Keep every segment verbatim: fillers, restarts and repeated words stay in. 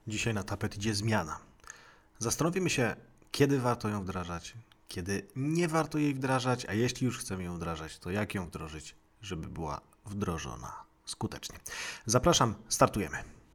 Dzisiaj na tapet idzie zmiana. Zastanowimy się, kiedy warto ją wdrażać, kiedy nie warto jej wdrażać, a jeśli już chcemy ją wdrażać, to jak ją wdrożyć, żeby była wdrożona skutecznie. Zapraszam, startujemy.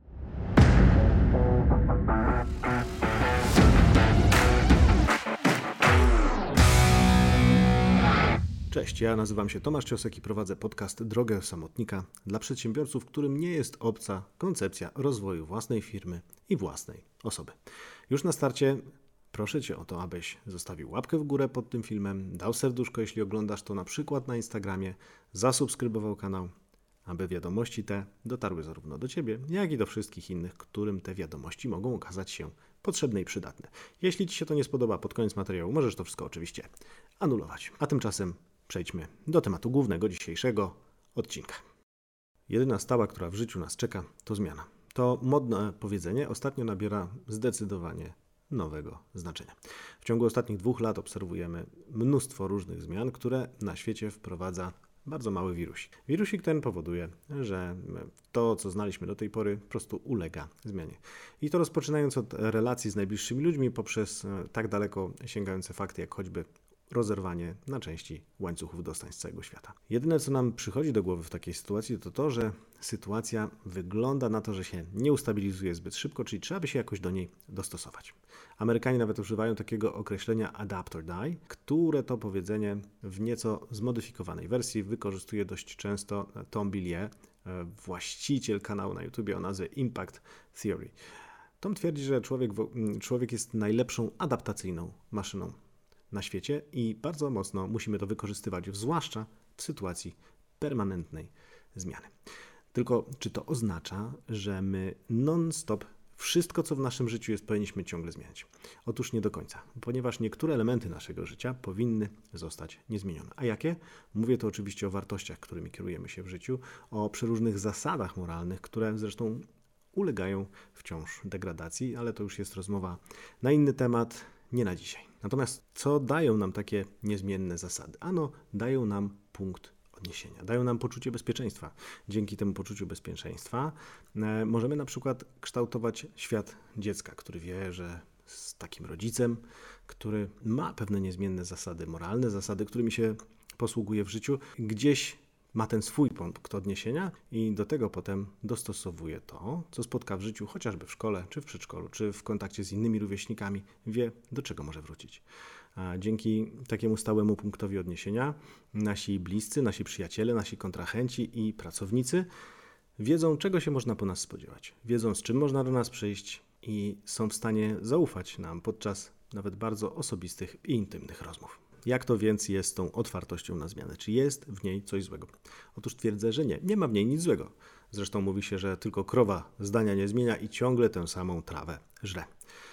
Cześć, ja nazywam się Tomasz Ciosek i prowadzę podcast Drogę Samotnika dla przedsiębiorców, którym nie jest obca koncepcja rozwoju własnej firmy i własnej osoby. Już na starcie proszę Cię o to, abyś zostawił łapkę w górę pod tym filmem, dał serduszko, jeśli oglądasz to na przykład na Instagramie, zasubskrybował kanał, aby wiadomości te dotarły zarówno do Ciebie, jak i do wszystkich innych, którym te wiadomości mogą okazać się potrzebne i przydatne. Jeśli Ci się to nie spodoba pod koniec materiału, możesz to wszystko oczywiście anulować. A tymczasem przejdźmy do tematu głównego dzisiejszego odcinka. Jedyna stała, która w życiu nas czeka, to zmiana. To modne powiedzenie ostatnio nabiera zdecydowanie nowego znaczenia. W ciągu ostatnich dwóch lat obserwujemy mnóstwo różnych zmian, które na świecie wprowadza bardzo mały wirusik. Wirusik ten powoduje, że to, co znaliśmy do tej pory, po prostu ulega zmianie. I to rozpoczynając od relacji z najbliższymi ludźmi, poprzez tak daleko sięgające fakty, jak choćby rozerwanie na części łańcuchów dostań z całego świata. Jedyne, co nam przychodzi do głowy w takiej sytuacji, to to, że sytuacja wygląda na to, że się nie ustabilizuje zbyt szybko, czyli trzeba by się jakoś do niej dostosować. Amerykanie nawet używają takiego określenia adapt or die, które to powiedzenie w nieco zmodyfikowanej wersji wykorzystuje dość często Tom Billier, właściciel kanału na YouTubie o nazwie Impact Theory. Tom twierdzi, że człowiek, człowiek jest najlepszą adaptacyjną maszyną na świecie i bardzo mocno musimy to wykorzystywać, zwłaszcza w sytuacji permanentnej zmiany. Tylko czy to oznacza, że my non-stop wszystko, co w naszym życiu jest, powinniśmy ciągle zmieniać? Otóż nie do końca, ponieważ niektóre elementy naszego życia powinny zostać niezmienione. A jakie? Mówię to oczywiście o wartościach, którymi kierujemy się w życiu, o przeróżnych zasadach moralnych, które zresztą ulegają wciąż degradacji, ale to już jest rozmowa na inny temat, nie na dzisiaj. Natomiast co dają nam takie niezmienne zasady? Ano, dają nam punkt odniesienia, dają nam poczucie bezpieczeństwa. Dzięki temu poczuciu bezpieczeństwa e, możemy na przykład kształtować świat dziecka, który wie, że z takim rodzicem, który ma pewne niezmienne zasady moralne, zasady, którymi się posługuje w życiu, gdzieś ma ten swój punkt odniesienia i do tego potem dostosowuje to, co spotka w życiu, chociażby w szkole, czy w przedszkolu, czy w kontakcie z innymi rówieśnikami, wie, do czego może wrócić. A dzięki takiemu stałemu punktowi odniesienia nasi bliscy, nasi przyjaciele, nasi kontrahenci i pracownicy wiedzą, czego się można po nas spodziewać. Wiedzą, z czym można do nas przyjść i są w stanie zaufać nam podczas nawet bardzo osobistych i intymnych rozmów. Jak to więc jest z tą otwartością na zmianę? Czy jest w niej coś złego? Otóż twierdzę, że nie. Nie ma w niej nic złego. Zresztą mówi się, że tylko krowa zdania nie zmienia i ciągle tę samą trawę żre.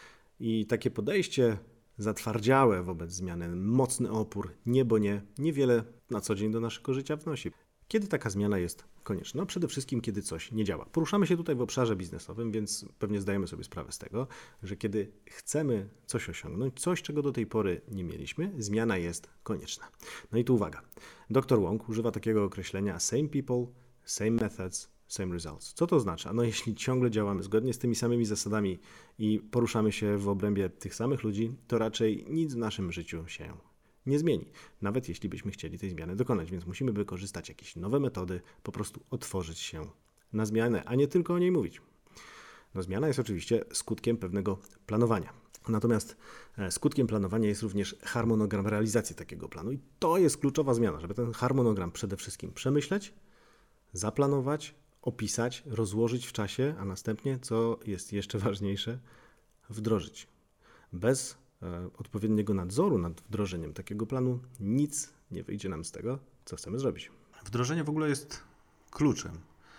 I takie podejście zatwardziałe wobec zmiany, mocny opór, nie bo nie, niewiele na co dzień do naszego życia wnosi. Kiedy taka zmiana jest konieczna? No przede wszystkim, kiedy coś nie działa. Poruszamy się tutaj w obszarze biznesowym, więc pewnie zdajemy sobie sprawę z tego, że kiedy chcemy coś osiągnąć, coś, czego do tej pory nie mieliśmy, zmiana jest konieczna. No i tu uwaga. doktor Wong używa takiego określenia same people, same methods, same results. Co to oznacza? No jeśli ciągle działamy zgodnie z tymi samymi zasadami i poruszamy się w obrębie tych samych ludzi, to raczej nic w naszym życiu się nie zmieni, nawet jeśli byśmy chcieli tej zmiany dokonać, więc musimy wykorzystać jakieś nowe metody, po prostu otworzyć się na zmianę, a nie tylko o niej mówić. No, zmiana jest oczywiście skutkiem pewnego planowania. Natomiast skutkiem planowania jest również harmonogram realizacji takiego planu i to jest kluczowa zmiana, żeby ten harmonogram przede wszystkim przemyśleć, zaplanować, opisać, rozłożyć w czasie, a następnie, co jest jeszcze ważniejsze, wdrożyć. Bez odpowiedniego nadzoru nad wdrożeniem takiego planu nic nie wyjdzie nam z tego, co chcemy zrobić. Wdrożenie w ogóle jest kluczem,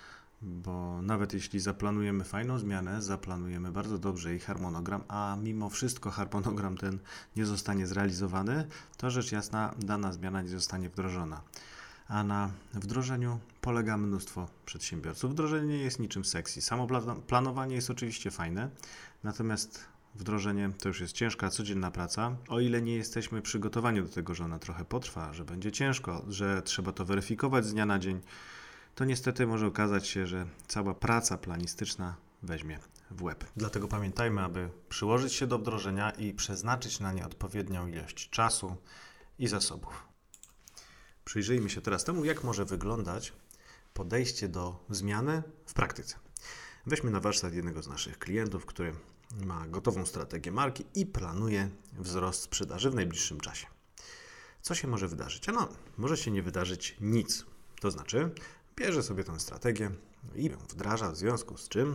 bo nawet jeśli zaplanujemy fajną zmianę, zaplanujemy bardzo dobrze jej harmonogram, a mimo wszystko harmonogram ten nie zostanie zrealizowany, to rzecz jasna dana zmiana nie zostanie wdrożona. A na wdrożeniu polega mnóstwo przedsiębiorców. Wdrożenie nie jest niczym sexy. Samo planowanie jest oczywiście fajne, natomiast wdrożenie to już jest ciężka, codzienna praca. O ile nie jesteśmy przygotowani do tego, że ona trochę potrwa, że będzie ciężko, że trzeba to weryfikować z dnia na dzień, to niestety może okazać się, że cała praca planistyczna weźmie w łeb. Dlatego pamiętajmy, aby przyłożyć się do wdrożenia i przeznaczyć na nie odpowiednią ilość czasu i zasobów. Przyjrzyjmy się teraz temu, jak może wyglądać podejście do zmiany w praktyce. Weźmy na warsztat jednego z naszych klientów, który ma gotową strategię marki i planuje wzrost sprzedaży w najbliższym czasie. Co się może wydarzyć? Ano, może się nie wydarzyć nic. To znaczy, bierze sobie tę strategię i ją wdraża, w związku z czym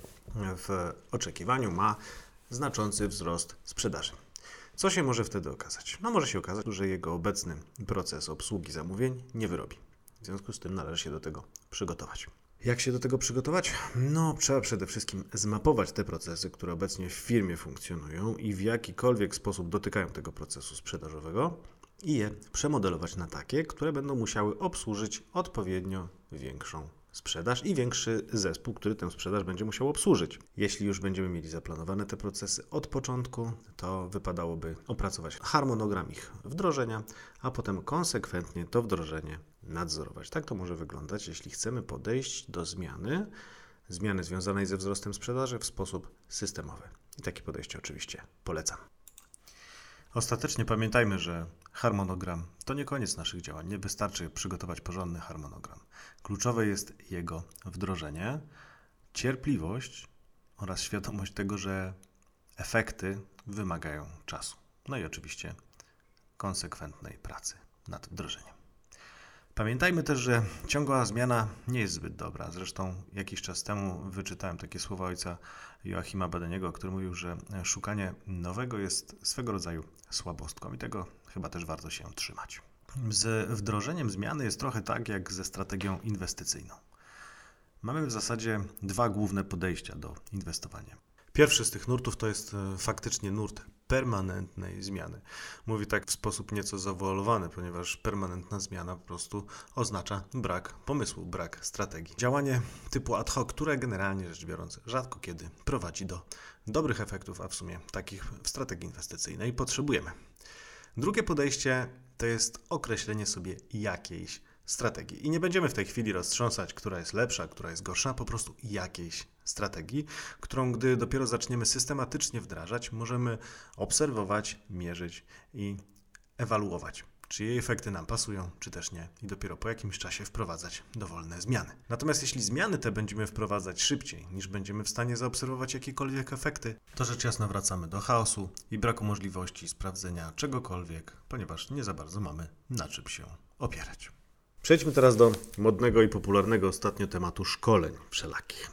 w oczekiwaniu ma znaczący wzrost sprzedaży. Co się może wtedy okazać? No może się okazać, że jego obecny proces obsługi zamówień nie wyrobi. W związku z tym należy się do tego przygotować. Jak się do tego przygotować? No, trzeba przede wszystkim zmapować te procesy, które obecnie w firmie funkcjonują i w jakikolwiek sposób dotykają tego procesu sprzedażowego i je przemodelować na takie, które będą musiały obsłużyć odpowiednio większą sprzedaż i większy zespół, który tę sprzedaż będzie musiał obsłużyć. Jeśli już będziemy mieli zaplanowane te procesy od początku, to wypadałoby opracować harmonogram ich wdrożenia, a potem konsekwentnie to wdrożenie nadzorować. Tak to może wyglądać, jeśli chcemy podejść do zmiany, zmiany związanej ze wzrostem sprzedaży w sposób systemowy. I takie podejście oczywiście polecam. Ostatecznie pamiętajmy, że harmonogram to nie koniec naszych działań. Nie wystarczy przygotować porządny harmonogram. Kluczowe jest jego wdrożenie, cierpliwość oraz świadomość tego, że efekty wymagają czasu. No i oczywiście konsekwentnej pracy nad wdrożeniem. Pamiętajmy też, że ciągła zmiana nie jest zbyt dobra. Zresztą jakiś czas temu wyczytałem takie słowa ojca Joachima Badeniego, który mówił, że szukanie nowego jest swego rodzaju słabostką i tego chyba też warto się trzymać. Z wdrożeniem zmiany jest trochę tak jak ze strategią inwestycyjną. Mamy w zasadzie dwa główne podejścia do inwestowania. Pierwszy z tych nurtów to jest faktycznie nurt permanentnej zmiany. Mówię tak w sposób nieco zawoalowany, ponieważ permanentna zmiana po prostu oznacza brak pomysłu, brak strategii. Działanie typu ad hoc, które generalnie rzecz biorąc rzadko kiedy prowadzi do dobrych efektów, a w sumie takich w strategii inwestycyjnej potrzebujemy. Drugie podejście to jest określenie sobie jakiejś strategii. I nie będziemy w tej chwili roztrząsać, która jest lepsza, która jest gorsza, po prostu jakiejś strategii, którą gdy dopiero zaczniemy systematycznie wdrażać, możemy obserwować, mierzyć i ewaluować, czy jej efekty nam pasują, czy też nie, i dopiero po jakimś czasie wprowadzać dowolne zmiany. Natomiast jeśli zmiany te będziemy wprowadzać szybciej, niż będziemy w stanie zaobserwować jakiekolwiek efekty, to rzecz jasna wracamy do chaosu i braku możliwości sprawdzenia czegokolwiek, ponieważ nie za bardzo mamy na czym się opierać. Przejdźmy teraz do modnego i popularnego ostatnio tematu szkoleń wszelakich.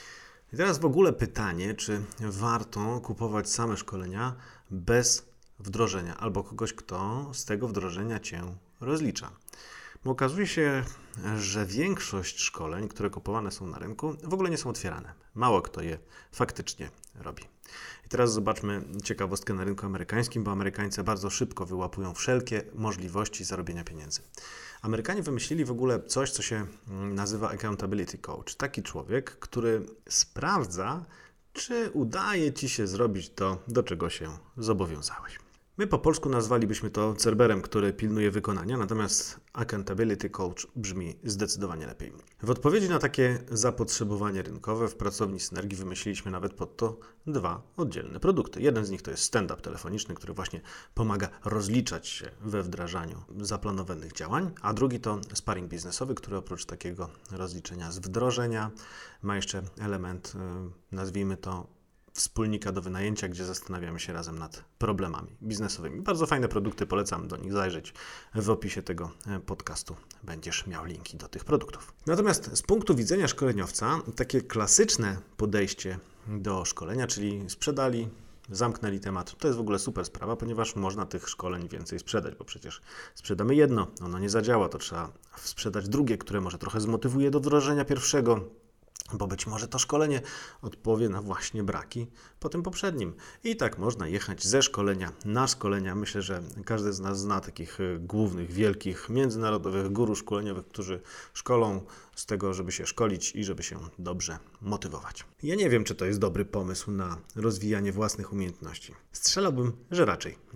I teraz w ogóle pytanie, czy warto kupować same szkolenia bez wdrożenia albo kogoś, kto z tego wdrożenia Cię rozlicza. Bo okazuje się, że większość szkoleń, które kupowane są na rynku, w ogóle nie są otwierane. Mało kto je faktycznie robi. I teraz zobaczmy ciekawostkę na rynku amerykańskim, bo Amerykańcy bardzo szybko wyłapują wszelkie możliwości zarobienia pieniędzy. Amerykanie wymyślili w ogóle coś, co się nazywa accountability coach. Taki człowiek, który sprawdza, czy udaje Ci się zrobić to, do czego się zobowiązałeś. My po polsku nazwalibyśmy to Cerberem, który pilnuje wykonania, natomiast accountability coach brzmi zdecydowanie lepiej. W odpowiedzi na takie zapotrzebowanie rynkowe w pracowni Synergii wymyśliliśmy nawet pod to dwa oddzielne produkty. Jeden z nich to jest stand-up telefoniczny, który właśnie pomaga rozliczać się we wdrażaniu zaplanowanych działań, a drugi to sparring biznesowy, który oprócz takiego rozliczenia z wdrożenia ma jeszcze element, nazwijmy to, wspólnika do wynajęcia, gdzie zastanawiamy się razem nad problemami biznesowymi. Bardzo fajne produkty, polecam do nich zajrzeć. W opisie tego podcastu będziesz miał linki do tych produktów. Natomiast z punktu widzenia szkoleniowca, takie klasyczne podejście do szkolenia, czyli sprzedali, zamknęli temat, to jest w ogóle super sprawa, ponieważ można tych szkoleń więcej sprzedać, bo przecież sprzedamy jedno, ono nie zadziała, to trzeba sprzedać drugie, które może trochę zmotywuje do wdrożenia pierwszego, bo być może to szkolenie odpowie na właśnie braki po tym poprzednim. I tak można jechać ze szkolenia na szkolenia. Myślę, że każdy z nas zna takich głównych, wielkich, międzynarodowych guru szkoleniowych, którzy szkolą z tego, żeby się szkolić i żeby się dobrze motywować. Ja nie wiem, czy to jest dobry pomysł na rozwijanie własnych umiejętności. Strzelałbym, że raczej nie.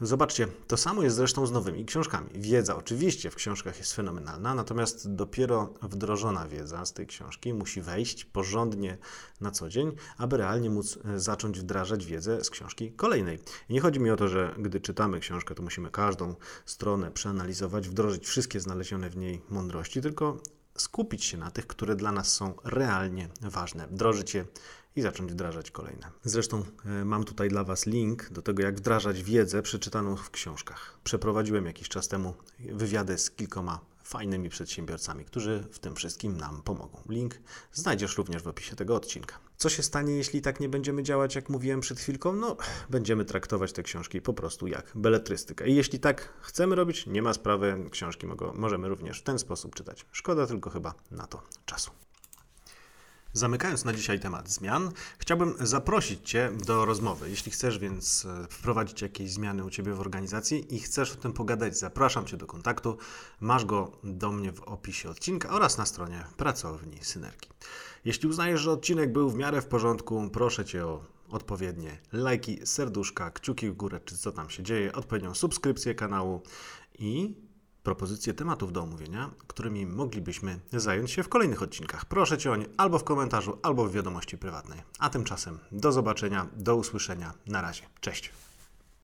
Zobaczcie, to samo jest zresztą z nowymi książkami. Wiedza oczywiście w książkach jest fenomenalna, natomiast dopiero wdrożona wiedza z tej książki musi wejść porządnie na co dzień, aby realnie móc zacząć wdrażać wiedzę z książki kolejnej. I nie chodzi mi o to, że gdy czytamy książkę, to musimy każdą stronę przeanalizować, wdrożyć wszystkie znalezione w niej mądrości, tylko skupić się na tych, które dla nas są realnie ważne, wdrożyć je i zacząć wdrażać kolejne. Zresztą y, mam tutaj dla Was link do tego, jak wdrażać wiedzę przeczytaną w książkach. Przeprowadziłem jakiś czas temu wywiady z kilkoma fajnymi przedsiębiorcami, którzy w tym wszystkim nam pomogą. Link znajdziesz również w opisie tego odcinka. Co się stanie, jeśli tak nie będziemy działać, jak mówiłem przed chwilką? No, będziemy traktować te książki po prostu jak beletrystykę. I jeśli tak chcemy robić, nie ma sprawy, książki mogą, możemy również w ten sposób czytać. Szkoda tylko chyba na to czasu. Zamykając na dzisiaj temat zmian, chciałbym zaprosić Cię do rozmowy. Jeśli chcesz więc wprowadzić jakieś zmiany u Ciebie w organizacji i chcesz o tym pogadać, zapraszam Cię do kontaktu. Masz go do mnie w opisie odcinka oraz na stronie Pracowni Synergii. Jeśli uznajesz, że odcinek był w miarę w porządku, proszę Cię o odpowiednie lajki, serduszka, kciuki w górę, czy co tam się dzieje, odpowiednią subskrypcję kanału i propozycje tematów do omówienia, którymi moglibyśmy zająć się w kolejnych odcinkach. Proszę Cię o nie albo w komentarzu, albo w wiadomości prywatnej. A tymczasem do zobaczenia, do usłyszenia. Na razie. Cześć.